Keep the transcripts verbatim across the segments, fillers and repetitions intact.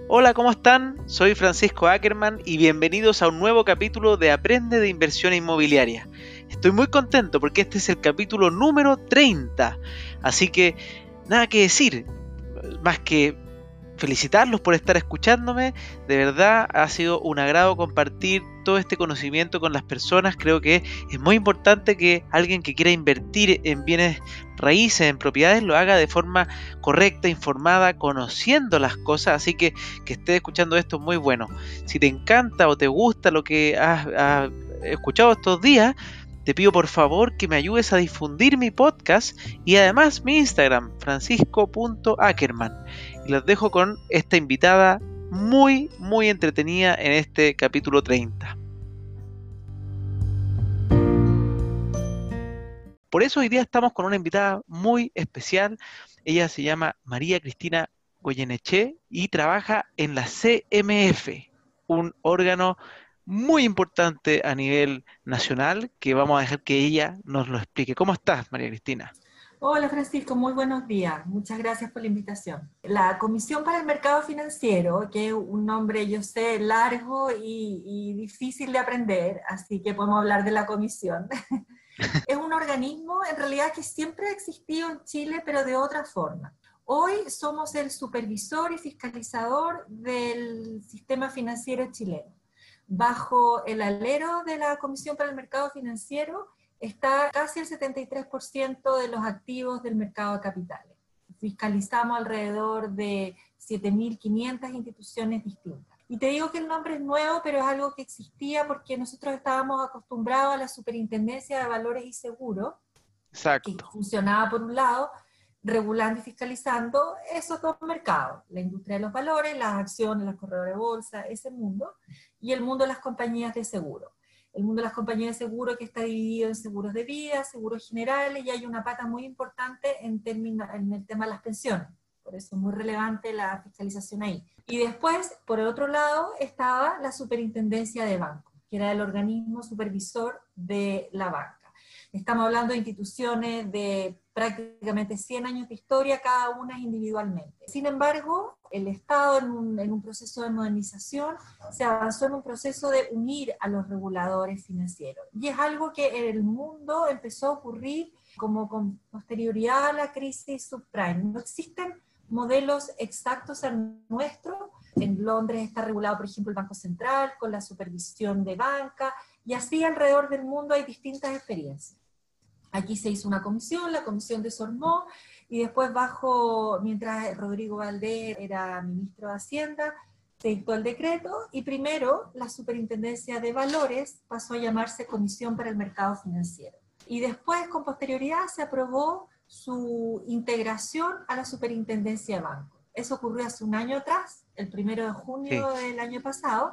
Hola, ¿cómo están? Soy Francisco Ackerman y bienvenidos a un nuevo capítulo de Aprende de Inversión Inmobiliaria. Estoy muy contento porque este es el capítulo número treinta, así que nada que decir, más que felicitarlos por estar escuchándome. De verdad ha sido un agrado compartir todo este conocimiento con las personas. Creo que es muy importante que alguien que quiera invertir en bienes raíces, en propiedades, lo haga de forma correcta, informada, conociendo las cosas. Así que que estés escuchando esto es muy bueno. Si te encanta o te gusta lo que has, has escuchado estos días, te pido por favor que me ayudes a difundir mi podcast y además mi Instagram, francisco punto ackerman. Y los dejo con esta invitada muy, muy entretenida en este capítulo treinta. Por eso hoy día estamos con una invitada muy especial. Ella se llama María Cristina Goyeneche y trabaja en la C M F, un órgano muy importante a nivel nacional que vamos a dejar que ella nos lo explique. ¿Cómo estás, María Cristina? Hola Francisco, muy buenos días. Muchas gracias por la invitación. La Comisión para el Mercado Financiero, que es un nombre, yo sé, largo y, y difícil de aprender, así que podemos hablar de la comisión. Es un organismo en realidad que siempre ha existido en Chile, pero de otra forma. Hoy somos el supervisor y fiscalizador del sistema financiero chileno. Bajo el alero de la Comisión para el Mercado Financiero está casi el setenta y tres por ciento de los activos del mercado de capitales. Fiscalizamos alrededor de siete mil quinientas instituciones distintas. Y te digo que el nombre es nuevo, pero es algo que existía porque nosotros estábamos acostumbrados a la Superintendencia de Valores y Seguros, que Exacto. funcionaba por un lado, regulando y fiscalizando esos dos mercados, la industria de los valores, las acciones, los corredores de bolsa, ese mundo, y el mundo de las compañías de seguro. El mundo de las compañías de seguro que está dividido en seguros de vida, seguros generales, y hay una pata muy importante en, términos, en el tema de las pensiones. Por eso es muy relevante la fiscalización ahí. Y después, por el otro lado, estaba la superintendencia de bancos, que era el organismo supervisor de la banca. Estamos hablando de instituciones de prácticamente cien años de historia, cada una individualmente. Sin embargo, el Estado en un, en un proceso de modernización se avanzó en un proceso de unir a los reguladores financieros. Y es algo que en el mundo empezó a ocurrir como con posterioridad a la crisis subprime. No existen modelos exactos al nuestro. En Londres está regulado, por ejemplo, el Banco Central con la supervisión de banca, y así alrededor del mundo hay distintas experiencias. Aquí se hizo una comisión, la comisión desarmó, y después bajo, mientras Rodrigo Valdés era ministro de Hacienda, se dictó el decreto, y primero la Superintendencia de Valores pasó a llamarse Comisión para el Mercado Financiero. Y después, con posterioridad, se aprobó su integración a la Superintendencia de Bancos. Eso ocurrió hace un año atrás, el primero de junio Sí. del año pasado,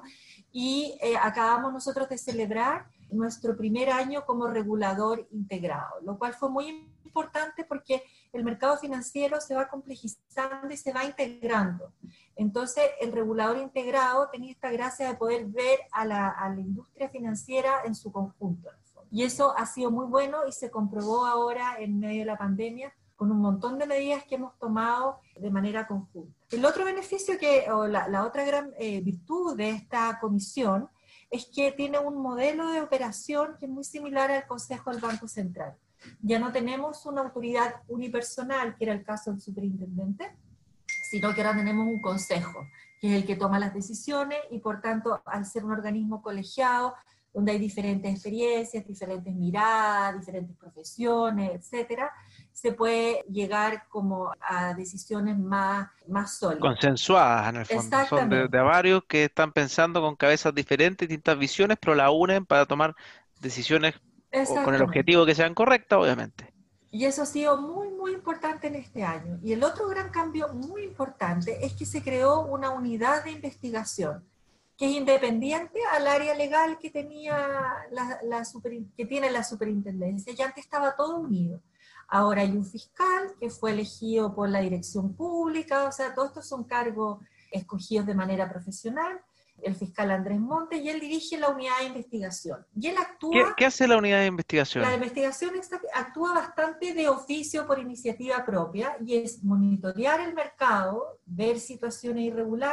y eh, acabamos nosotros de celebrar nuestro primer año como regulador integrado, lo cual fue muy importante porque el mercado financiero se va complejizando y se va integrando. Entonces, el regulador integrado tenía esta gracia de poder ver a la, a la industria financiera en su conjunto. Y eso ha sido muy bueno y se comprobó ahora en medio de la pandemia con un montón de medidas que hemos tomado de manera conjunta. El otro beneficio, que, o la, la otra gran eh, virtud de esta comisión, es que tiene un modelo de operación que es muy similar al Consejo del Banco Central. Ya no tenemos una autoridad unipersonal, que era el caso del superintendente, sino que ahora tenemos un consejo, que es el que toma las decisiones, y por tanto, al ser un organismo colegiado, donde hay diferentes experiencias, diferentes miradas, diferentes profesiones, etcétera, se puede llegar como a decisiones más, más sólidas. Consensuadas en el fondo. Son de, Exactamente, de varios que están pensando con cabezas diferentes, distintas visiones, pero la unen para tomar decisiones o- con el exactamente. objetivo que sean correctas, obviamente. Y eso ha sido muy, muy importante en este año. Y el otro gran cambio muy importante es que se creó una unidad de investigación que es independiente al área legal que, tenía la, la super, que tiene la superintendencia, y antes estaba todo unido. Ahora hay un fiscal que fue elegido por la dirección pública, o sea, todos estos son cargos escogidos de manera profesional, el fiscal Andrés Montes, y él dirige la unidad de investigación. Y él ¿Qué, actúa, qué hace la unidad de la investigación? investigación actúa bastante de oficio por iniciativa propia, y es monitorear el mercado, ver situaciones irregulares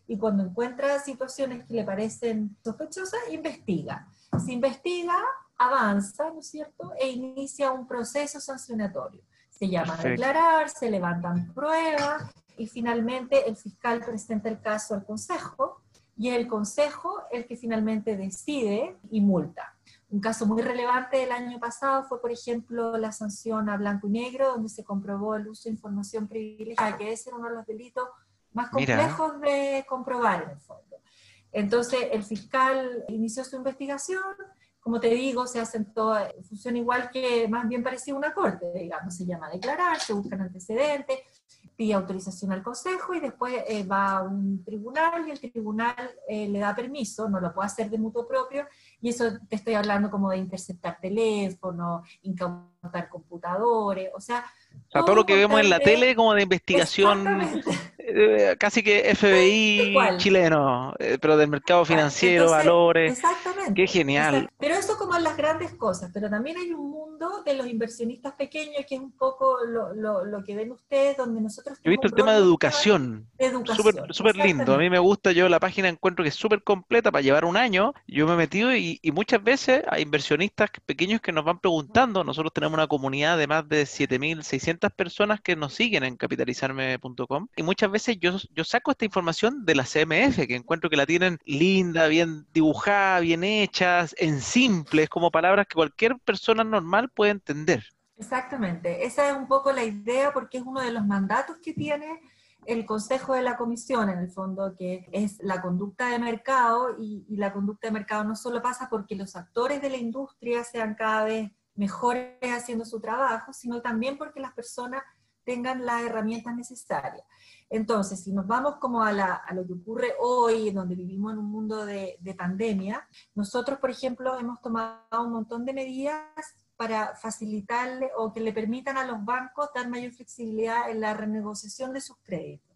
y cuando encuentra situaciones que le parecen sospechosas, investiga. Si investiga, avanza, ¿no es cierto?, e inicia un proceso sancionatorio. Se llama a Perfecto. declarar, se levantan pruebas y finalmente el fiscal presenta el caso al Consejo y es el Consejo el que finalmente decide y multa. Un caso muy relevante del año pasado fue, por ejemplo, la sanción a Blanco y Negro, donde se comprobó el uso de información privilegiada, que ese era uno de los delitos más Mira, complejos de comprobar en el fondo. Entonces, el fiscal inició su investigación, como te digo, se hacen toda, funciona igual que más bien parecía una corte, digamos, se llama a declarar, se buscan antecedentes, pide autorización al Consejo y después eh, va a un tribunal y el tribunal eh, le da permiso, no lo puede hacer de mutuo propio, y eso te estoy hablando como de interceptar teléfonos, incautar computadores, o sea, o sea, todo lo todo que con vemos en tal la de... tele como de investigación, Exactamente, eh, casi que tal F B I cual. chileno, eh, pero del mercado Cual. financiero, Entonces, valores, qué exactamente, genial. exact- pero eso como en las grandes cosas, pero también hay un mundo de los inversionistas pequeños que es un poco lo, lo, lo que ven ustedes, donde nosotros Yo he tenemos visto un el tema rol de muy relevante educación, de súper educación, súper lindo. A mí me exactamente. gusta, yo la página encuentro que es súper completa para llevar un año. Yo me he metido y, y muchas veces hay inversionistas pequeños que nos van preguntando. Nosotros tenemos una comunidad de más de siete mil seiscientas personas que nos siguen en capitalizarme punto com y muchas veces yo, yo saco esta información de la C M F, que encuentro que la tienen linda, bien dibujada, bien hecha, en simples, como palabras que cualquier persona normal puede entender. Exactamente, esa es un poco la idea porque es uno de los mandatos que tiene el Consejo de la Comisión, en el fondo, que es la conducta de mercado, y, y la conducta de mercado no solo pasa porque los actores de la industria sean cada vez mejores haciendo su trabajo, sino también porque las personas tengan las herramientas necesarias. Entonces, si nos vamos como a, la, a lo que ocurre hoy, donde vivimos en un mundo de, de pandemia, nosotros, por ejemplo, hemos tomado un montón de medidas para facilitarle o que le permitan a los bancos dar mayor flexibilidad en la renegociación de sus créditos.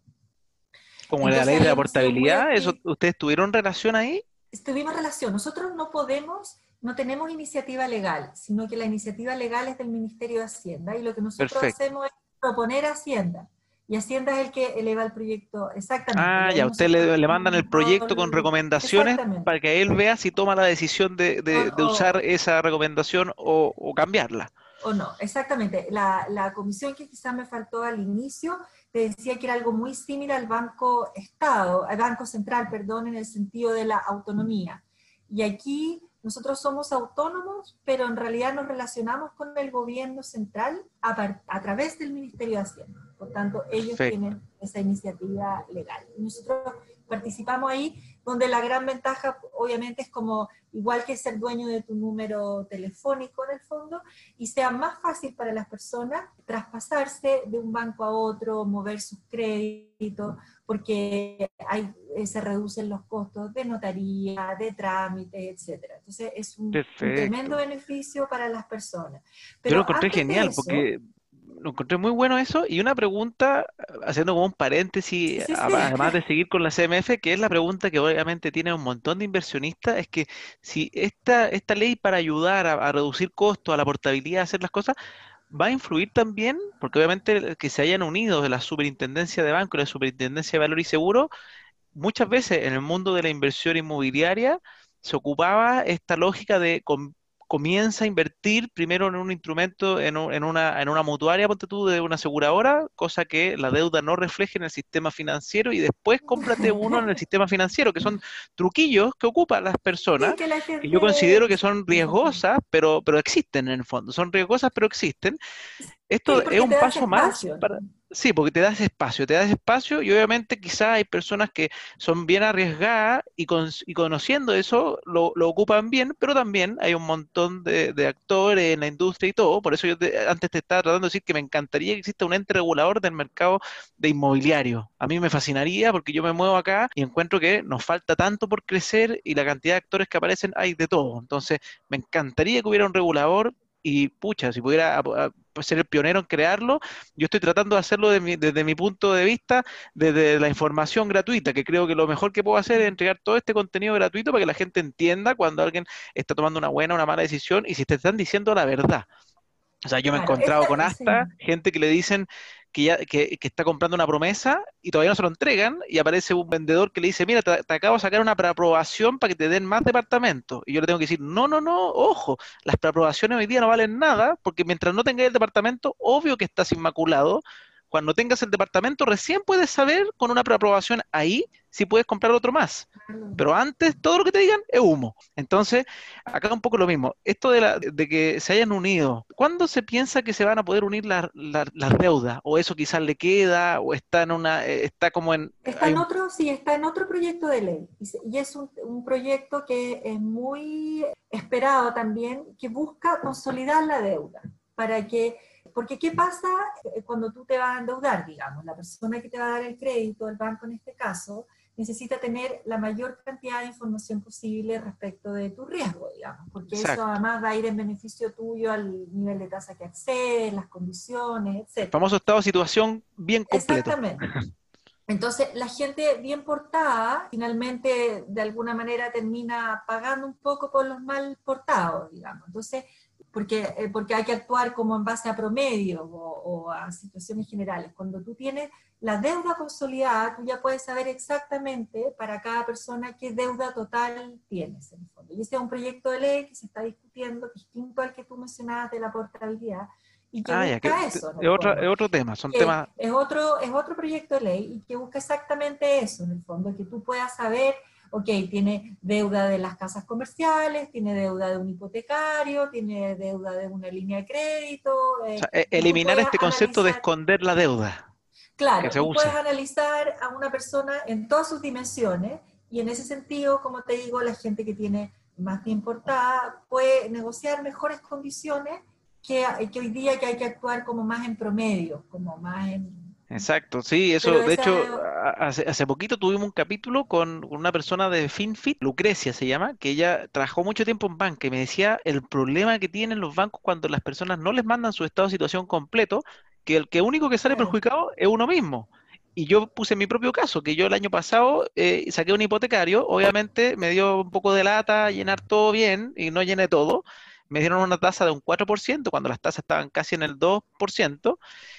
Como la Entonces ley de ahí la hemos sido muy portabilidad, eso, activos, ¿ustedes tuvieron relación ahí? tuvimos relación. Nosotros no podemos, no tenemos iniciativa legal, sino que la iniciativa legal es del Ministerio de Hacienda y lo que nosotros Perfecto. hacemos es proponer a Hacienda. Y Hacienda es el que eleva el proyecto exactamente. Y Ah, ahí ya, usted nosotros le, le tenemos mandan el un proyecto con rol recomendaciones exactamente. para que él vea si toma la decisión de, de- Con, de usar o, esa recomendación o, o cambiarla. o no, exactamente. La, la comisión que quizás me faltó al inicio te decía que era algo muy similar al Banco Estado, al Banco Central, perdón, en el sentido de la autonomía. Y aquí nosotros somos autónomos, pero en realidad nos relacionamos con el gobierno central a, a través del Ministerio de Hacienda. Por tanto, ellos Perfecto. tienen esa iniciativa legal. Y nosotros participamos ahí, donde la gran ventaja, obviamente, es como, igual que ser dueño de tu número telefónico en el fondo, y sea más fácil para las personas traspasarse de un banco a otro, mover sus créditos, porque hay, eh, se reducen los costos de notaría, de trámites, etcétera. Entonces es un, un tremendo Perfecto. beneficio para las personas. Yo lo Pero encontré antes de genial eso, porque lo encontré muy bueno eso y una pregunta, haciendo como un sí, paréntesis, sí, a- sí, además de seguir con la C M F, que es la pregunta que obviamente tiene un montón de inversionistas, es que si esta, esta ley para ayudar a, a reducir costos, a la portabilidad, a hacer las cosas, va a influir también, porque obviamente el que se hayan unido de la Superintendencia de Banco y la Superintendencia de Valor y Seguro, muchas veces en el mundo de la inversión inmobiliaria se ocupaba esta lógica de com- comienza a invertir primero en un instrumento, en, un- en una, en una mutuaria, ponte tú, de una aseguradora, cosa que la deuda no refleje en el sistema financiero y después cómprate uno en el sistema financiero, que son truquillos que ocupan las personas, sí, que la que yo gente, considero que son exactamente. riesgosas, pero, pero existen en el fondo, son riesgosas, pero existen. Sí, Esto es porque te un das paso más espacio. para... Sí, porque te das espacio, te das espacio y obviamente quizás hay personas que son bien arriesgadas y, con- y conociendo eso lo, lo ocupan bien, pero también hay un montón de, de actores en la industria y todo. Por eso yo te- antes te estaba tratando de decir que me encantaría que exista un ente regulador del mercado de inmobiliario. A mí me fascinaría porque yo me muevo acá y encuentro que nos falta tanto por crecer y la cantidad de actores que aparecen hay de todo. Entonces, me encantaría que hubiera un regulador. Y pucha, si pudiera a- a- ser el pionero en crearlo, yo estoy tratando de hacerlo de mi- desde mi punto de vista, desde la información gratuita, que creo que lo mejor que puedo hacer es entregar todo este contenido gratuito para que la gente entienda cuando alguien está tomando una buena o una mala decisión y si te están diciendo la verdad. O sea, yo me he Claro, encontrado con esa, sí. hasta gente que le dicen que, ya, que, que está comprando una promesa y todavía no se lo entregan y aparece un vendedor que le dice, mira, te, te acabo de sacar una preaprobación para que te den más departamentos. Y yo le tengo que decir, no, no, no, ojo, las preaprobaciones hoy día no valen nada porque mientras no tengas el departamento, obvio que estás inmaculado. Cuando tengas el departamento, recién puedes saber con una preaprobación ahí si puedes comprar otro más. Pero antes, todo lo que te digan es humo. Entonces, acá un poco lo mismo. Esto de, la, de que se hayan unido, ¿cuándo se piensa que se van a poder unir las la- las deudas? ¿O eso quizás le queda? ¿O está en una, eh, está como en, Está hay en un- otro, sí, está en otro proyecto de ley. Y, se- y es un, un proyecto que es muy esperado también, que busca consolidar la deuda. Para que, porque ¿qué pasa eh, cuando tú te vas a endeudar, digamos? La persona que te va a dar el crédito, el banco en este caso, necesita tener la mayor cantidad de información posible respecto de tu riesgo, digamos, porque eso exacto? además va a ir en beneficio tuyo al nivel de tasa que accedes, las condiciones, El etcétera. famoso estado de situación bien completo. Exactamente. Entonces, la gente bien portada finalmente de alguna manera termina pagando un poco por los mal portados, digamos. Entonces, porque, eh, porque hay que actuar como en base a promedio o, o a situaciones generales. Cuando tú tienes la deuda consolidada, tú ya puedes saber exactamente para cada persona qué deuda total tienes en el fondo. Y ese es un proyecto de ley que se está discutiendo, distinto al que tú mencionabas de la portabilidad, y que Ah, ya, que busca te- eso en es el otro, es fondo, otro tema, son temas. que es otro, es otro proyecto de ley y que busca exactamente eso, en el fondo, que tú puedas saber, ok, tiene deuda de las casas comerciales, tiene deuda de un hipotecario, tiene deuda de una línea de crédito, O eh, sea, e- y tú eliminar puedes este concepto de analizar, esconder la deuda que claro, se tú puedes usa. analizar a una persona en todas sus dimensiones y en ese sentido, como te digo, la gente que tiene más bien portada puede negociar mejores condiciones que, que hoy día que hay que actuar como más en promedio, como más en... Exacto, sí, Pero eso, de esa hecho, es... a- hace, hace poquito tuvimos un capítulo con una persona de FinFit, Lucrecia se llama, que ella trabajó mucho tiempo en banca y me decía el problema que tienen los bancos cuando las personas no les mandan su estado de situación completo, que el que único que sale Claro, perjudicado es uno mismo. Y yo puse mi propio caso, que yo el año pasado eh, saqué un hipotecario, obviamente me dio un poco de lata llenar todo bien y no llené todo. Me dieron una tasa de un cuatro por ciento cuando las tasas estaban casi en el dos por ciento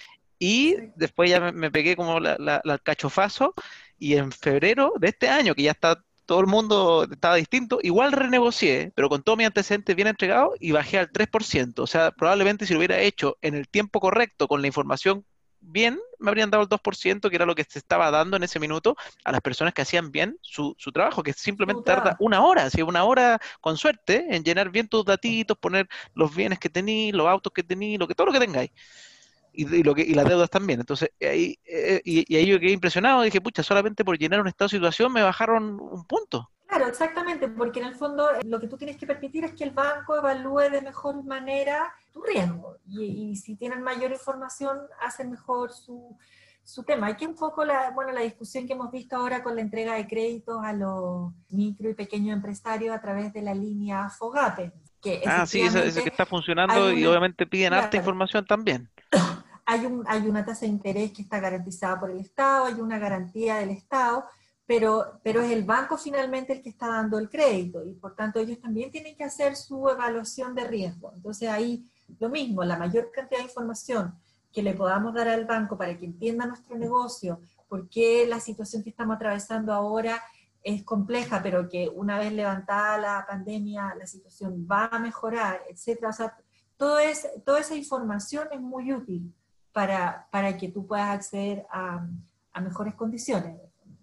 y sí, después ya me, me pegué como la, la, la- el cachofazo y en febrero de este año, que ya está todo el mundo estaba distinto, igual renegocié, pero con todos mis antecedentes bien entregados y bajé al tres por ciento. O sea, probablemente si lo hubiera hecho en el tiempo correcto, con la información bien, me habrían dado el dos por ciento, que era lo que se estaba dando en ese minuto a las personas que hacían bien su, su trabajo, que su simplemente tarda trabajo. una hora, así una hora con suerte en llenar bien tus datitos, poner los bienes que tenéis, los autos que tenéis, lo que, todo lo que tengáis y, y lo que, y las deudas también. Entonces, ahí, eh, y, y ahí yo quedé impresionado, dije, pucha, solamente por llenar un estado de situación me bajaron un punto. Claro, exactamente, porque en el fondo eh, lo que tú tienes que permitir es que el banco evalúe de mejor manera tu riesgo y, y si tienen mayor información hacen mejor su, su tema. Hay que un poco la, bueno, la discusión que hemos visto ahora con la entrega de créditos a los micro y pequeños empresarios a través de la línea FOGAPE, que Ah, sí, eso, eso que efectivamente está hay funcionando y una, obviamente piden harta claro, información también. hay, un, hay una tasa de interés que está garantizada por el Estado, hay una garantía del Estado, pero, pero es el banco finalmente el que está dando el crédito y por tanto ellos también tienen que hacer su evaluación de riesgo. Entonces ahí lo mismo, la mayor cantidad de información que le podamos dar al banco para que entienda nuestro negocio, por qué la situación que estamos atravesando ahora es compleja, pero que una vez levantada la pandemia la situación va a mejorar, etcétera. O sea, todo es, toda esa información es muy útil para, para que tú puedas acceder a, a mejores condiciones.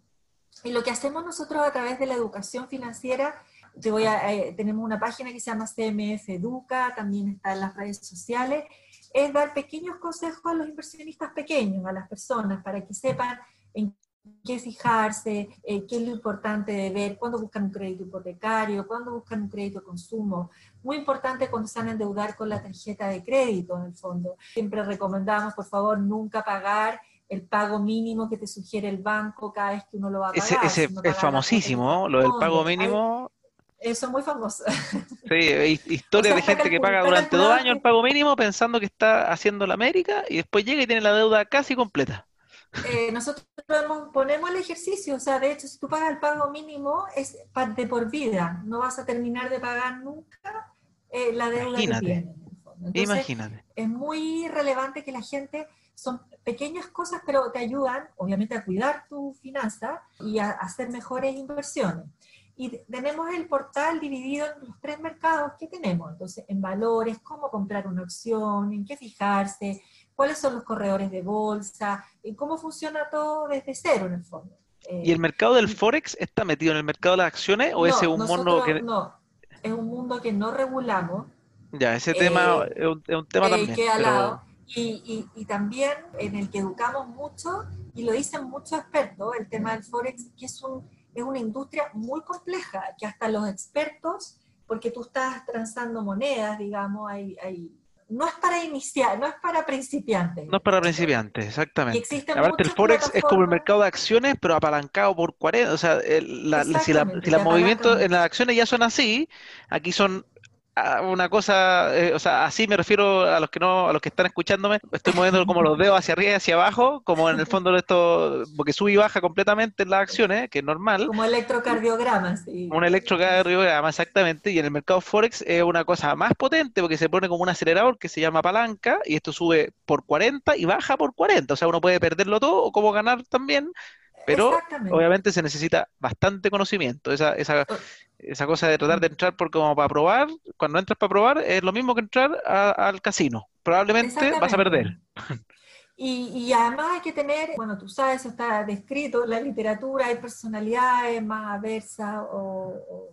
Y lo que hacemos nosotros a través de la educación financiera, te voy a, eh, tenemos una página que se llama C M F Educa, también está en las redes sociales, es dar pequeños consejos a los inversionistas pequeños, a las personas, para que sepan en qué fijarse, eh, qué es lo importante de ver, cuándo buscan un crédito hipotecario, cuándo buscan un crédito de consumo. Muy importante cuando se van a endeudar con la tarjeta de crédito, en el fondo. Siempre recomendamos, por favor, nunca pagar el pago mínimo que te sugiere el banco cada vez que uno lo va a Ese, pagar, ese sino es pagar la cuota que famosísimo, ¿no? Lo del pago corresponde. Hay, mínimo. eso es muy famoso. Sí, hay O historias sea, de está, gente que calcul paga está durante dos calculado años el que pago mínimo pensando que está haciendo la América y después llega y tiene la deuda casi completa. eh, nosotros ponemos el ejercicio, o sea, de hecho, si tú pagas el pago mínimo, es de por vida, no vas a terminar de pagar nunca eh, la deuda que Imagínate, tienes. En el fondo. Entonces, imagínate. es muy relevante que la gente Son pequeñas cosas, pero te ayudan, obviamente, a cuidar tu finanza y a hacer mejores inversiones. Y tenemos el portal dividido en los tres mercados que tenemos. Entonces, en valores, cómo comprar una opción, en qué fijarse, cuáles son los corredores de bolsa, y cómo funciona todo desde cero en el fondo. ¿Y el Eh, mercado del y Forex está metido en el mercado de las acciones o ese es no, un mono nosotros que... no. Es un mundo que no regulamos, Ya, ese tema eh, es un, es un tema eh, también, queda al lado. pero... Y, y, y también en el que educamos mucho, y lo dicen muchos expertos, el tema del Forex, que es, un, es una industria muy compleja, que hasta los expertos, porque tú estás transando monedas, digamos, hay, hay, no es para iniciar, no es para principiantes No es el para Forex. principiantes, Y exactamente. existen Aparte, el muchas Forex es como el plataformas, mercado de acciones, pero apalancado por cuarenta. O sea, el- la- la- si, la- si exactamente, te los apalanca movimientos en mucho. las acciones ya son así, aquí son ah, una cosa, eh, o sea, así me refiero a los que no, a los que están escuchándome. Estoy moviendo como los dedos hacia arriba y hacia abajo, como en el fondo de esto, porque sube y baja completamente en las acciones, que es normal. Como electrocardiogramas, sí. Un electrocardiograma, exactamente, y en el mercado Forex es una cosa más potente porque se pone como un acelerador que se llama palanca y esto sube por cuarenta y baja por cuarenta, o sea, uno puede perderlo todo o como ganar también, pero Exactamente. obviamente se necesita bastante conocimiento, esa, esa, esa cosa de tratar de entrar por como para probar, cuando entras para probar es lo mismo que entrar a- al casino, probablemente vas a Exactamente. perder. Y, y además hay que tener, bueno, tú sabes, eso está descrito en la literatura, hay personalidades más aversas o, o-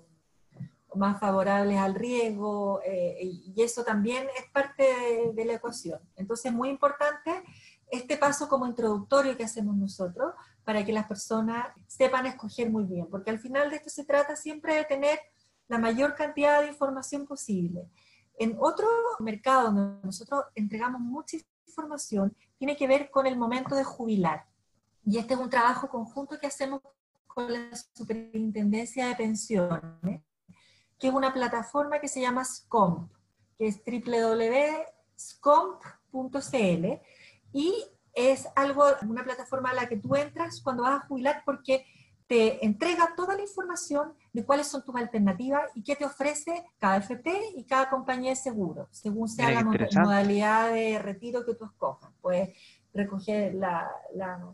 o más favorables al riesgo, eh, y y eso también es parte de, de la ecuación. Entonces es muy importante este paso como introductorio que hacemos nosotros para que las personas sepan escoger muy bien, porque al final de esto se trata siempre de tener la mayor cantidad de información posible. En otro mercado donde nosotros entregamos mucha información, tiene que ver con el momento de jubilar. Y este es un trabajo conjunto que hacemos con la Superintendencia de Pensiones, que es una plataforma que se llama SCOMP, que es doble u doble u doble u punto scomp punto c l, y es algo, una plataforma a la que tú entras cuando vas a jubilar porque te entrega toda la información de cuáles son tus alternativas y qué te ofrece cada F P y cada compañía de seguro, según sea Mira qué la interesante. modalidad de retiro que tú escojas. Puedes recoger la, la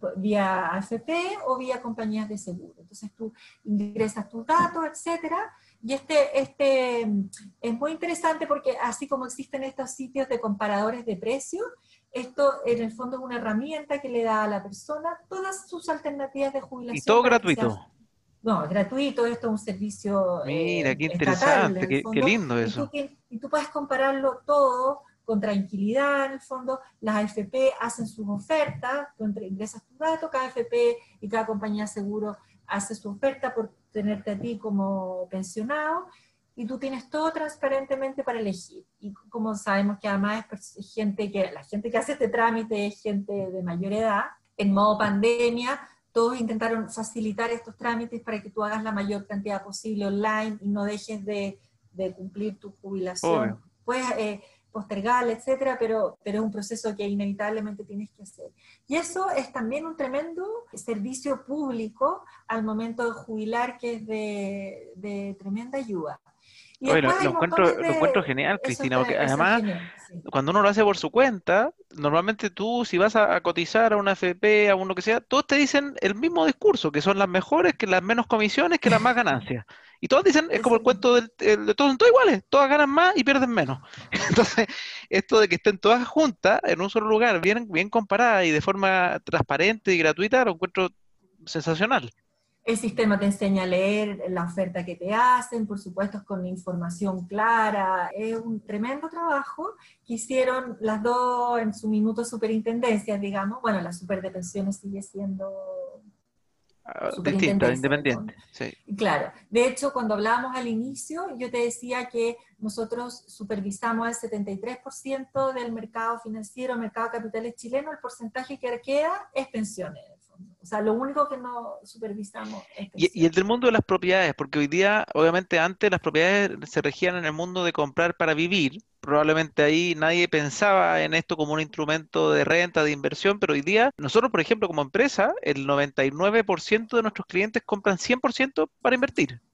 vía A F P o vía compañías de seguro. Entonces tú ingresas tus datos, etcétera, y este, este es muy interesante porque así como existen estos sitios de comparadores de precios, esto en el fondo es una herramienta que le da a la persona todas sus alternativas de Y jubilación todo para que sea, gratuito. no, es gratuito, esto es un servicio Mira, eh, qué estatal interesante, en el qué, qué fondo, lindo y tú, eso. y tú puedes compararlo todo con tranquilidad en el fondo. Las A F P hacen sus ofertas, tú ingresas tus datos, cada A F P y cada compañía de seguro hace su oferta por tenerte a ti como pensionado, y tú tienes todo transparentemente para elegir. Y como sabemos que además es gente que, la gente que hace este trámite es gente de mayor edad, en modo pandemia, todos intentaron facilitar estos trámites para que tú hagas la mayor cantidad posible online y no dejes de, de cumplir tu jubilación. Obvio. Puedes eh, postergarla, etcétera, pero, pero es un proceso que inevitablemente tienes que hacer. Y eso es también un tremendo servicio público al momento de jubilar, que es de, de tremenda ayuda. Y Oye, lo, después lo hay encuentro, montones lo encuentro de... genial, Eso, Cristina, porque eso es además, genial, sí. cuando uno lo hace por su cuenta, normalmente tú, si vas a, a cotizar a una F P, a uno que sea, todos te dicen el mismo discurso, que son las mejores, que las menos comisiones, que las más ganancias. Y todos dicen, es como Eso el cuento del, el- de todos son todos iguales, todas ganan más y pierden menos. Entonces, esto de que estén todas juntas en un solo lugar, bien, bien comparadas y de forma transparente y gratuita, lo encuentro sensacional. El sistema te enseña a leer la oferta que te hacen, por supuesto con información clara. Es un tremendo trabajo que hicieron las dos en su minuto superintendencias, digamos. Bueno, la super de pensiones sigue siendo Ah, distinta, superintendencia en el fondo. independiente, sí. Y claro, de hecho, cuando hablábamos al inicio, yo te decía que nosotros supervisamos el setenta y tres por ciento del mercado financiero, mercado de capitales chileno, el porcentaje que queda es pensiones. En el fondo. O sea, lo único que no supervisamos es Y, y el pensiones. del mundo de las propiedades, porque hoy día, obviamente, antes las propiedades se regían en el mundo de comprar para vivir. Probablemente ahí nadie pensaba en esto como un instrumento de renta, de inversión, pero hoy día nosotros, por ejemplo, como empresa, el noventa y nueve por ciento de nuestros clientes compran cien por ciento para invertir.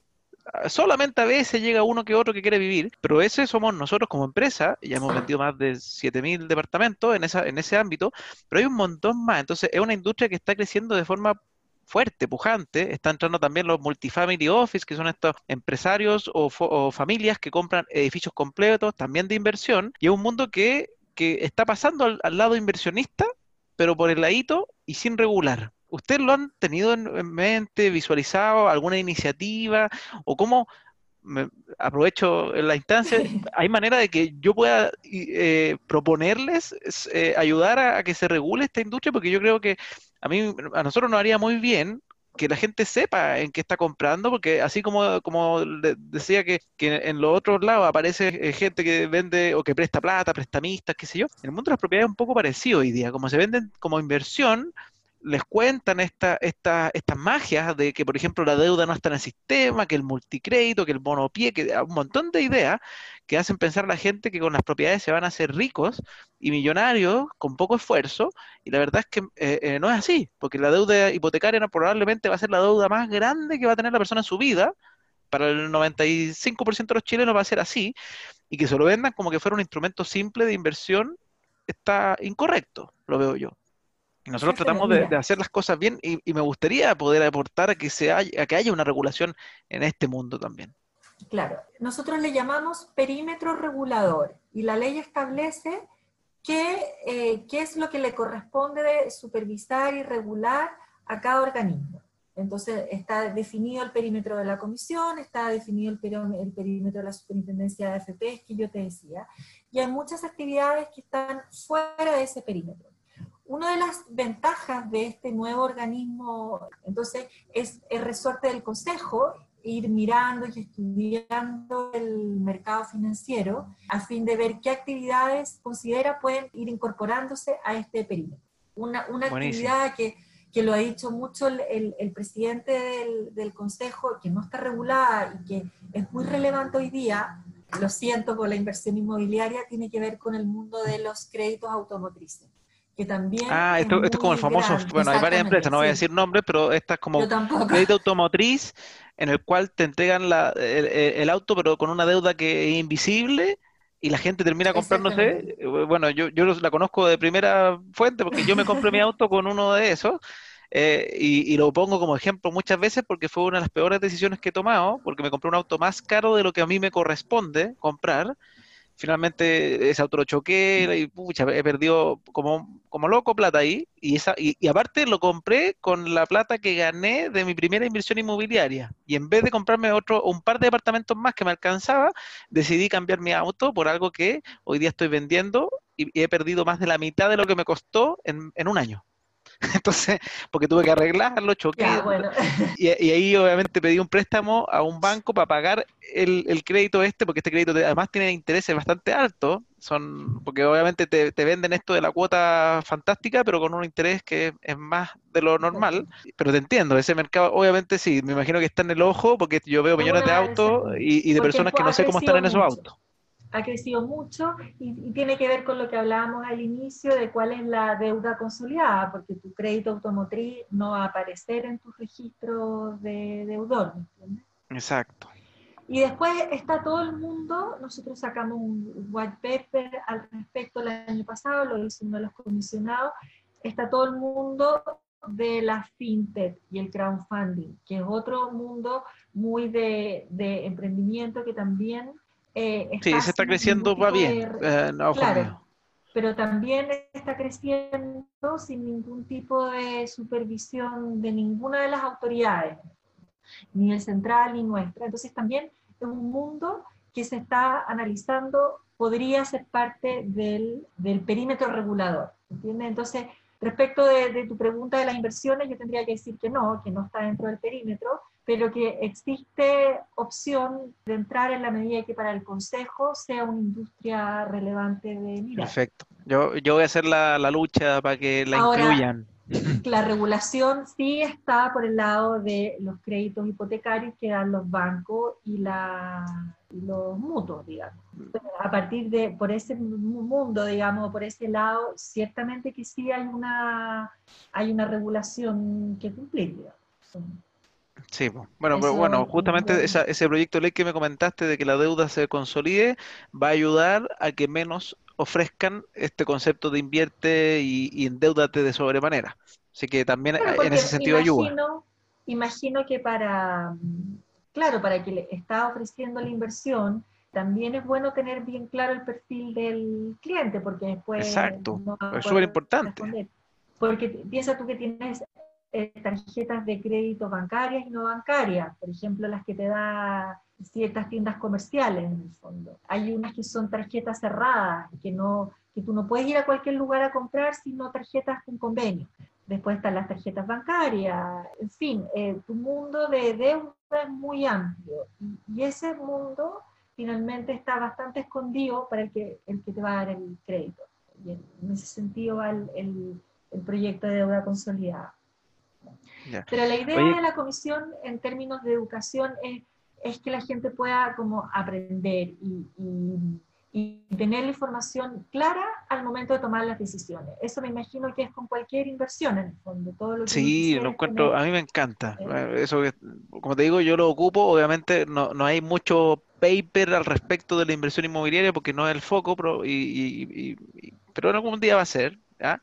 solamente a veces llega uno que otro que quiere vivir, pero ese somos nosotros como empresa, ya hemos vendido más de siete mil departamentos en esa, en ese ámbito, pero hay un montón más, entonces es una industria que está creciendo de forma fuerte, pujante, está entrando también los multifamily office, que son estos empresarios o, fo- o familias que compran edificios completos, también de inversión, y es un mundo que, que está pasando al, al lado inversionista, pero por el ladito y sin regular. ¿Ustedes lo han tenido en, en mente, visualizado, alguna iniciativa, o cómo, me- aprovecho la instancia, hay manera de que yo pueda y, eh, proponerles es, eh, ayudar a, a que se regule esta industria? Porque yo creo que a mí, a nosotros nos haría muy bien que la gente sepa en qué está comprando, porque así como, como le- decía que, que en los otros lados aparece eh, gente que vende o que presta plata, prestamistas, qué sé yo, en el mundo de las propiedades es un poco parecido hoy día, como se venden como inversión, les cuentan esta, esta, estas magias de que, por ejemplo, la deuda no está en el sistema, que el multicrédito, que el monopié, que un montón de ideas que hacen pensar a la gente que con las propiedades se van a hacer ricos y millonarios con poco esfuerzo, y la verdad es que eh, eh, no es así, porque la deuda hipotecaria no- probablemente va a ser la deuda más grande que va a tener la persona en su vida. Para el noventa y cinco por ciento de los chilenos va a ser así, y que se lo vendan como que fuera un instrumento simple de inversión está incorrecto, lo veo yo. Y nosotros Exactamente, tratamos de, de mira, hacer las cosas bien y, y me gustaría poder aportar a que, se haya, a que haya una regulación en este mundo también. claro, nosotros le llamamos perímetro regulador y la ley establece qué, eh, qué es lo que le corresponde de supervisar y regular a cada organismo. Entonces está definido el perímetro de la comisión, está definido el, perí- el perímetro de la superintendencia de A F P que yo te decía, y hay muchas actividades que están fuera de ese perímetro. Una de las ventajas de este nuevo organismo, entonces, es el resorte del Consejo, ir mirando y estudiando el mercado financiero a fin de ver qué actividades considera pueden ir incorporándose a este perímetro. Una, una Buenísimo. actividad que, que lo ha dicho mucho el, el, el presidente del, del Consejo, que no está regulada y que es muy relevante hoy día, lo siento por la inversión inmobiliaria, tiene que ver con el mundo de los créditos automotrices, que también Ah, es esto, esto es como el muy famoso, grande. bueno, hay varias empresas, Exactamente, no voy a sí. decir nombres, pero esta es Yo como tampoco. crédito automotriz en el cual te entregan la, el, el auto, pero con una deuda que es invisible y la gente termina Exactamente. comprándose. eh, Bueno, yo, yo los- la conozco de primera fuente porque yo me compré mi auto con uno de esos, eh, y, y lo pongo como ejemplo muchas veces porque fue una de las peores decisiones que he tomado, porque me compré un auto más caro de lo que a mí me corresponde comprar. Finalmente ese auto lo choqué y pucha, he perdido como, como loco plata ahí. Y, esa, y, y aparte lo compré con la plata que gané de mi primera inversión inmobiliaria. Y en vez de comprarme otro, un par de departamentos más que me alcanzaba, decidí cambiar mi auto por algo que hoy día estoy vendiendo y, y he perdido más de la mitad de lo que me costó en, en un año. Entonces, porque tuve que arreglarlo, Ya, choqué, bueno. y, y ahí obviamente pedí un préstamo a un banco para pagar el, el crédito este, porque este crédito te- además tiene intereses bastante altos, son, porque obviamente te, te venden esto de la cuota fantástica, pero con un interés que es más de lo Exacto. normal. Pero te entiendo, ese mercado obviamente sí, me imagino que está en el ojo, porque yo veo Es millones de una, autos exactamente. y, y de Porque personas que no ha sé cómo están crecido en esos mucho. autos. Ha crecido mucho y, y tiene que ver con lo que hablábamos al inicio de cuál es la deuda consolidada, porque tu crédito automotriz no va a aparecer en tus registros de deudor, ¿me entiendes? Exacto. Y después está todo el mundo, nosotros sacamos un white paper al respecto el año pasado, lo hizo uno de los comisionados, está todo el mundo de la fintech y el crowdfunding, que es otro mundo muy de, de emprendimiento que también eh, Sí, está se está sin ningún creciendo, va tipo bien, de, eh, a ojos claro, míos. pero también está creciendo sin ningún tipo de supervisión de ninguna de las autoridades, ni el central ni nuestra. Entonces también es un mundo que se está analizando, podría ser parte del, del perímetro regulador, ¿entiendes? Entonces, respecto de, de tu pregunta de las inversiones, yo tendría que decir que no, que no está dentro del perímetro, pero que existe opción de entrar en la medida que para el Consejo sea una industria relevante de mirar. Perfecto. Yo, yo voy a hacer la, la lucha para que la Ahora, incluyan. la regulación sí está por el lado de los créditos hipotecarios que dan los bancos y, la, y los mutuos, digamos. A partir de, por ese mundo, digamos, por ese lado, ciertamente que sí hay una, hay una regulación que cumplir, digamos. Sí, po. Bueno, pero Eso bueno, es justamente bien. esa- ese proyecto de ley que me comentaste de que la deuda se consolide va a ayudar a que menos ofrezcan este concepto de invierte y, y endeúdate de sobremanera. Así que también Claro, eh, en ese porque sentido ayuda. imagino, imagino que para, mm, claro, para que le está ofreciendo la inversión, también es bueno tener bien claro el perfil del cliente, porque después Exacto, no va a es súper poder importante. responder. Porque piensa tú que tienes eh, tarjetas de crédito bancarias y no bancarias, por ejemplo, las que te da ciertas tiendas comerciales en el fondo. Hay unas que son tarjetas cerradas, que, no, que tú no puedes ir a cualquier lugar a comprar sino tarjetas con convenio. Después están las tarjetas bancarias, en fin, eh, tu mundo de deuda es muy amplio y, y, ese mundo finalmente está bastante escondido para el que, el que te va a dar el crédito. Y en ese sentido va el, el, el proyecto de deuda consolidada. Ya. Pero la idea Oye, de la comisión en términos de educación es, es que la gente pueda como aprender y, y, y tener la información clara al momento de tomar las decisiones. Eso me imagino que es con cualquier inversión en el fondo. Todo lo que uno sí, lo quisiera es encuentro, tener... a mí me encanta. Eh, Eh, Eso que, como te digo, yo lo ocupo. Obviamente no, no hay mucho paper al respecto de la inversión inmobiliaria porque no es el foco, pero, y, y- y- y- pero en algún día va a ser, ¿ya?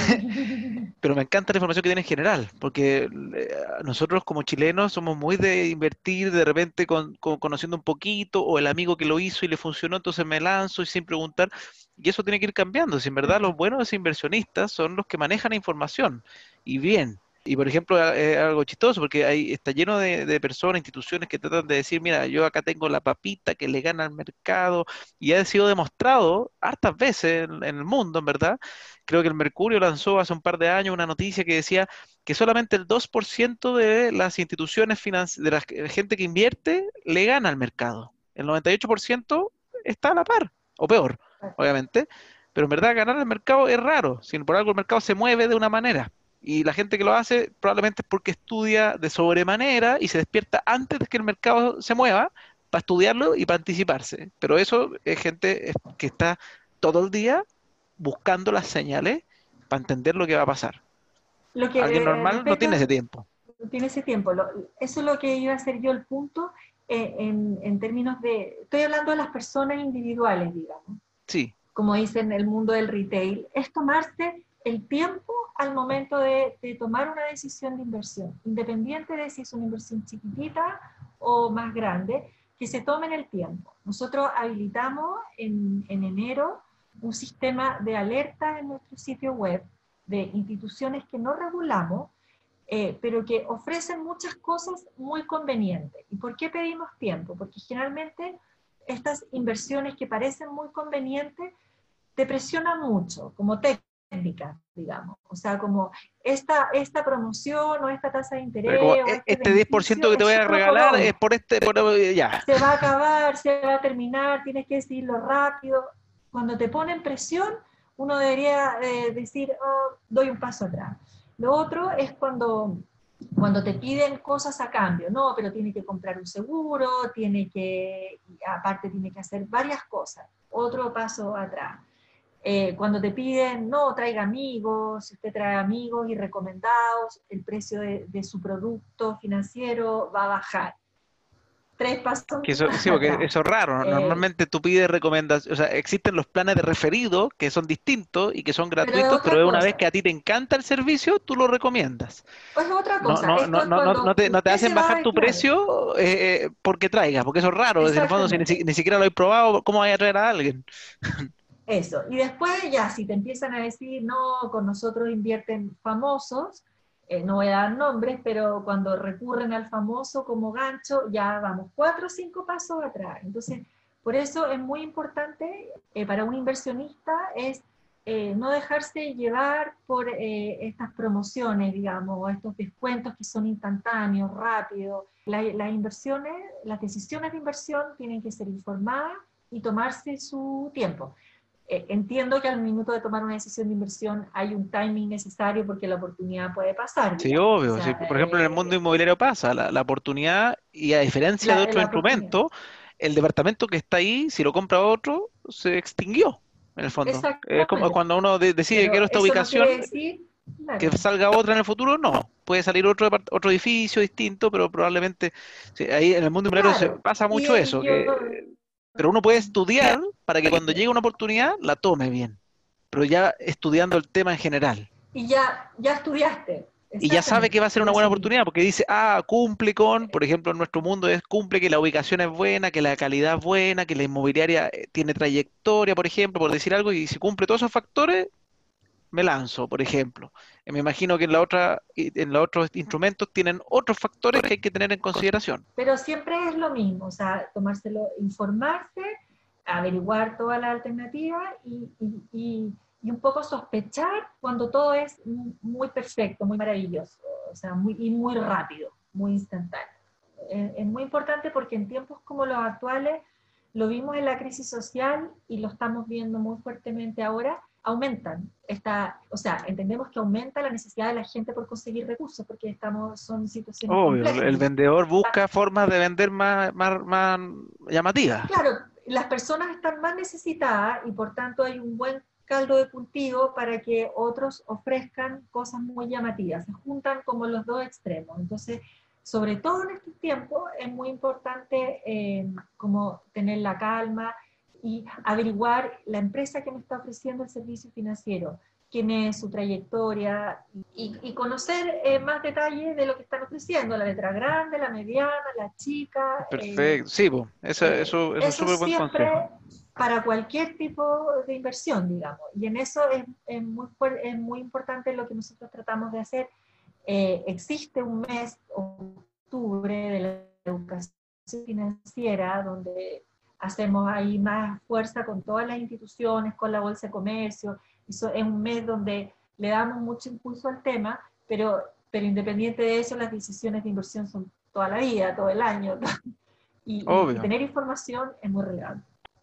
Pero me encanta la información que tiene en general, porque eh, nosotros como chilenos somos muy de invertir de repente con, con- conociendo un poquito, o el amigo que lo hizo y le funcionó, entonces me lanzo y sin preguntar, y eso tiene que ir cambiando. Si en verdad los buenos inversionistas son los que manejan la información, y bien. Y por ejemplo, a- es algo chistoso, porque ahí está lleno de, de personas, instituciones que tratan de decir, mira, yo acá tengo la papita que le gana al mercado, y ha sido demostrado hartas veces en en el mundo, en verdad. Creo que el Mercurio lanzó hace un par de años una noticia que decía que solamente el dos por ciento de las instituciones financieras, de la g- gente que invierte, le gana al mercado. El noventa y ocho por ciento está a la par, o peor, obviamente. Pero en verdad ganar el mercado es raro, si por algo el mercado se mueve de una manera. Y la gente que lo hace probablemente es porque estudia de sobremanera y se despierta antes de que el mercado se mueva para estudiarlo y para anticiparse. Pero eso es gente eh, que está todo el día buscando las señales para entender lo que va a pasar. lo que Alguien eh, normal no respecto tiene ese tiempo. tiene ese tiempo. Lo, eso es lo que iba a ser yo el punto eh, en, en términos de, estoy hablando de las personas individuales, digamos, Sí, como dice en el mundo del retail, es tomarse el tiempo al momento de, de tomar una decisión de inversión, independiente de si es una inversión chiquitita o más grande, que se tomen el tiempo. Nosotros habilitamos en, en enero un sistema de alerta en nuestro sitio web de instituciones que no regulamos, eh, pero que ofrecen muchas cosas muy convenientes. ¿Y por qué pedimos tiempo? Porque generalmente estas inversiones que parecen muy convenientes te presionan mucho, como técnica, digamos. O sea, como esta, esta promoción o esta tasa de pero como interés o "E- este este diez por ciento beneficio que te es voy a solo por regalar hoy. es por este, por, ya. Se va a acabar, se va a terminar, tienes que decirlo rápido. Cuando te ponen presión, uno debería eh, decir, oh, doy un paso atrás. Lo otro es cuando, cuando te piden cosas a cambio, no, pero tiene que comprar un seguro, tiene que, aparte tiene que hacer varias cosas. Otro paso atrás. Eh, cuando te piden, no, traiga amigos, si usted trae amigos y recomendados, el precio de, de su producto financiero va a bajar. Tres pasos Que eso, sí, porque atrás. eso es raro. Eh, Normalmente tú pides recomendaciones, o sea, existen los planes de referido que son distintos y que son pero es gratuitos, otra pero es una vez que cosa. a ti te encanta el servicio, tú lo recomiendas. Pues es otra No, cosa. no, Esto no, es no, no, no cuando te, no te usted hacen se bajar va, tu claro, precio eh, eh, porque traigas, porque eso es raro. En el fondo, si ni, si- exactamente. ni siquiera lo he probado, ¿cómo voy a traer a alguien? Eso. Y después ya, si te empiezan a decir, no, con nosotros invierten famosos, eh, no voy a dar nombres, pero cuando recurren al famoso como gancho, ya vamos cuatro o cinco pasos atrás. Entonces, por eso es muy importante eh, para un inversionista es eh, no dejarse llevar por eh, estas promociones, digamos, o estos descuentos que son instantáneos, rápidos. La, las inversiones, las decisiones de inversión tienen que ser informadas y tomarse su tiempo. Eh, entiendo que al minuto de tomar una decisión de inversión hay un timing necesario porque la oportunidad puede pasar, Sí, digamos. O obvio. Sí, sea, por ejemplo, en el mundo eh, inmobiliario pasa la, la oportunidad y a diferencia de la, otros la oportunidad. instrumentos, el departamento que está ahí, si lo compra otro, se extinguió, en el fondo. Es como Exactamente. cuando uno de- decide Pero quiero esta eso no ubicación, quiere decir, Que Claro. salga otra en el futuro, no. Puede salir otro, depart- otro edificio distinto, pero probablemente sí, ahí en el mundo inmobiliario se Claro. pasa Y, mucho y eso, yo, que, pero uno puede estudiar para que cuando llegue una oportunidad la tome bien, pero ya estudiando el tema en general. y ya, ya estudiaste, Y ya sabe que va a exactamente, ser una ya buena supiste. oportunidad, porque dice, ah, cumple con, por ejemplo, en nuestro mundo es cumple que la ubicación es buena, que la calidad es buena, que la inmobiliaria eh, tiene trayectoria, por ejemplo, por decir algo, y si cumple todos esos factores, me lanzo, por ejemplo. Eh, Me imagino que en la otra, y en los otros instrumentos tienen otros factores que hay que tener en consideración. Pero siempre es lo mismo, o sea, tomárselo, informarse, averiguar toda la alternativa y, y, y, y un poco sospechar cuando todo es muy perfecto, muy maravilloso, o sea, muy, y muy rápido, muy instantáneo. Es, es muy importante porque en tiempos como los actuales, lo vimos en la crisis social y lo estamos viendo muy fuertemente ahora, aumentan. Esta, o sea, entendemos que aumenta la necesidad de la gente por conseguir recursos porque estamos, son situaciones Obvio, complejas. el vendedor busca formas de vender más, más, más llamativas. Claro, las personas están más necesitadas y por tanto hay un buen caldo de cultivo para que otros ofrezcan cosas muy llamativas. Se juntan como los dos extremos. Entonces, sobre todo en estos tiempos, es muy importante eh, como tener la calma y averiguar la empresa que me está ofreciendo el servicio financiero, quién es su trayectoria y, y conocer eh, más detalles de lo que están ofreciendo, la letra grande, la mediana, la chica. Eh, Perfecto, sí, po, eso, eh, eso, eso es eso súper buen consejo. siempre para cualquier tipo de inversión, digamos. Y en eso es, es, muy, es muy importante lo que nosotros tratamos de hacer. Eh, existe un mes, octubre, de la educación financiera, donde hacemos ahí más fuerza con todas las instituciones, con la Bolsa de Comercio. Eso es un mes donde le damos mucho impulso al tema, pero, pero independiente de eso, las decisiones de inversión son toda la vida, todo el año. Y, y, y Obvio. tener información es muy relevante.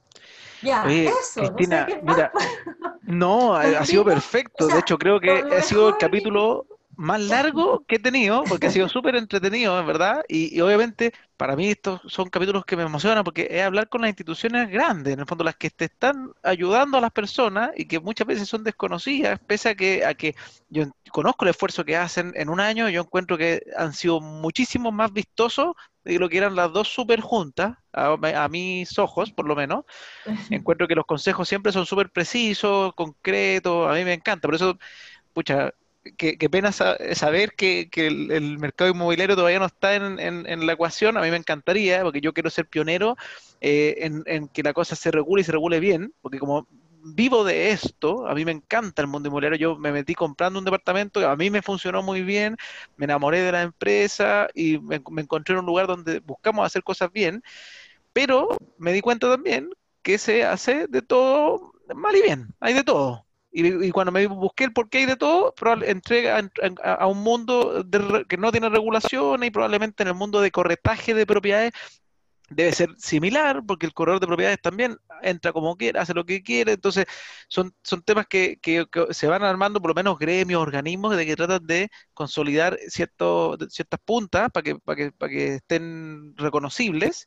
Ya, Oye, eso, no sé Cristina, qué más. mira, no, ha, Los ha sido invito, o perfecto. De sea, hecho, creo lo, que lo ha sido el mejor que... capítulo más largo que he tenido, porque ha sido súper entretenido, en verdad. Y, y obviamente, para mí estos son capítulos que me emocionan, porque es hablar con las instituciones grandes, en el fondo las que te están ayudando a las personas y que muchas veces son desconocidas, pese a que, a que yo conozco el esfuerzo que hacen en un año, yo encuentro que han sido muchísimo más vistosos de lo que eran las dos súper juntas, a, a mis ojos, por lo menos. Encuentro que los consejos siempre son súper precisos, concretos, a mí me encanta, por eso, pucha, qué, qué pena sa- saber que, que el, el mercado inmobiliario todavía no está en, en- en la ecuación, a mí me encantaría, porque yo quiero ser pionero eh, en, en que la cosa se regule y se regule bien, porque como vivo de esto, a mí me encanta el mundo inmobiliario, yo me metí comprando un departamento, a mí me funcionó muy bien, me enamoré de la empresa y me, me encontré en un lugar donde buscamos hacer cosas bien, pero me di cuenta también que se hace de todo mal y bien, hay de todo. Y, y cuando me busqué el por qué hay de todo, probable- entré a, a- a un mundo de re- que no tiene regulaciones y probablemente en el mundo de corretaje de propiedades debe ser similar, porque el corredor de propiedades también entra como quiere, hace lo que quiere. Entonces, son, son temas que, que- que se van armando, por lo menos gremios, organismos, de que tratan de consolidar ciertos, ciertas puntas para que, para que, para que estén reconocibles,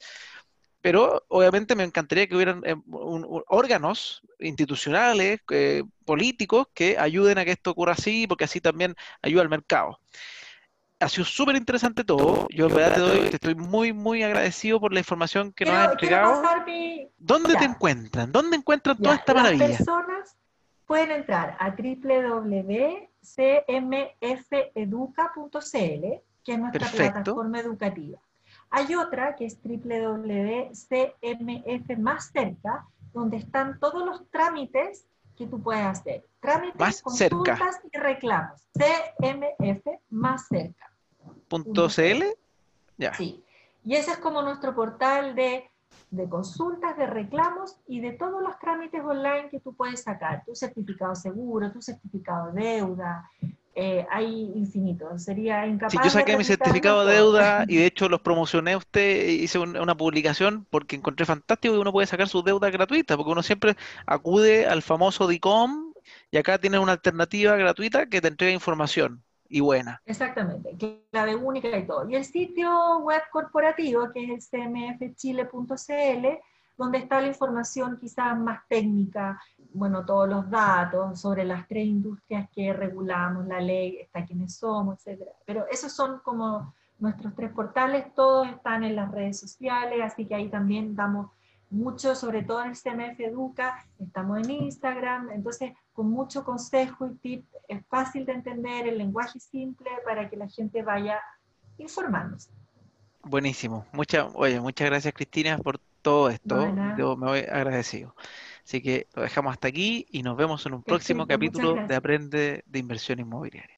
pero obviamente me encantaría que hubieran eh, un- un- órganos institucionales, eh, políticos, que ayuden a que esto ocurra así, porque así también ayuda al mercado. Ha sido súper interesante todo. Yo en verdad te doy, te estoy muy, muy agradecido por la información que nos has Quiero, quiero entregado. pasar mi... ¿Dónde te Ya, encuentran? ¿Dónde encuentran toda ya. esta Las maravilla? personas pueden entrar a w w w punto c m f educa punto c l, que es nuestra Perfecto. plataforma educativa. Hay otra que es w w w punto c m f más cerca, donde están todos los trámites que tú puedes hacer. Trámites, Más cerca. consultas y reclamos. C M F más cerca. Punto Punto C L. C L. Ya. Sí. Y ese es como nuestro portal de, de consultas, de reclamos y de todos los trámites online que tú puedes sacar. Tu certificado seguro, tu certificado de deuda, eh, hay infinitos. Sería Sí, yo incapaz de saqué mi replicarlos certificado de todos. deuda y de hecho los promocioné a usted, hice un- una publicación porque encontré fantástico que uno puede sacar sus deudas gratuitas, porque uno siempre acude al famoso DICOM y acá tienes una alternativa gratuita que te entrega información y buena. Exactamente, clave única y todo. Y el sitio web corporativo, que es el c m f chile punto c l, donde está la información quizás más técnica, bueno, todos los datos sobre las tres industrias que regulamos, la ley, está quiénes somos, etcétera. Pero esos son como nuestros tres portales, todos están en las redes sociales, así que ahí también damos mucho, sobre todo en el C M F Educa, estamos en Instagram, entonces con mucho consejo y tip, es fácil de entender, el lenguaje simple para que la gente vaya informándose. Buenísimo. Muchas, oye, muchas gracias, Cristina, por todo No de esto. nada, Yo me voy agradecido. Así que lo dejamos hasta aquí y nos vemos en un próximo perfecto, muchas capítulo de gracias. Aprende de Inversión Inmobiliaria.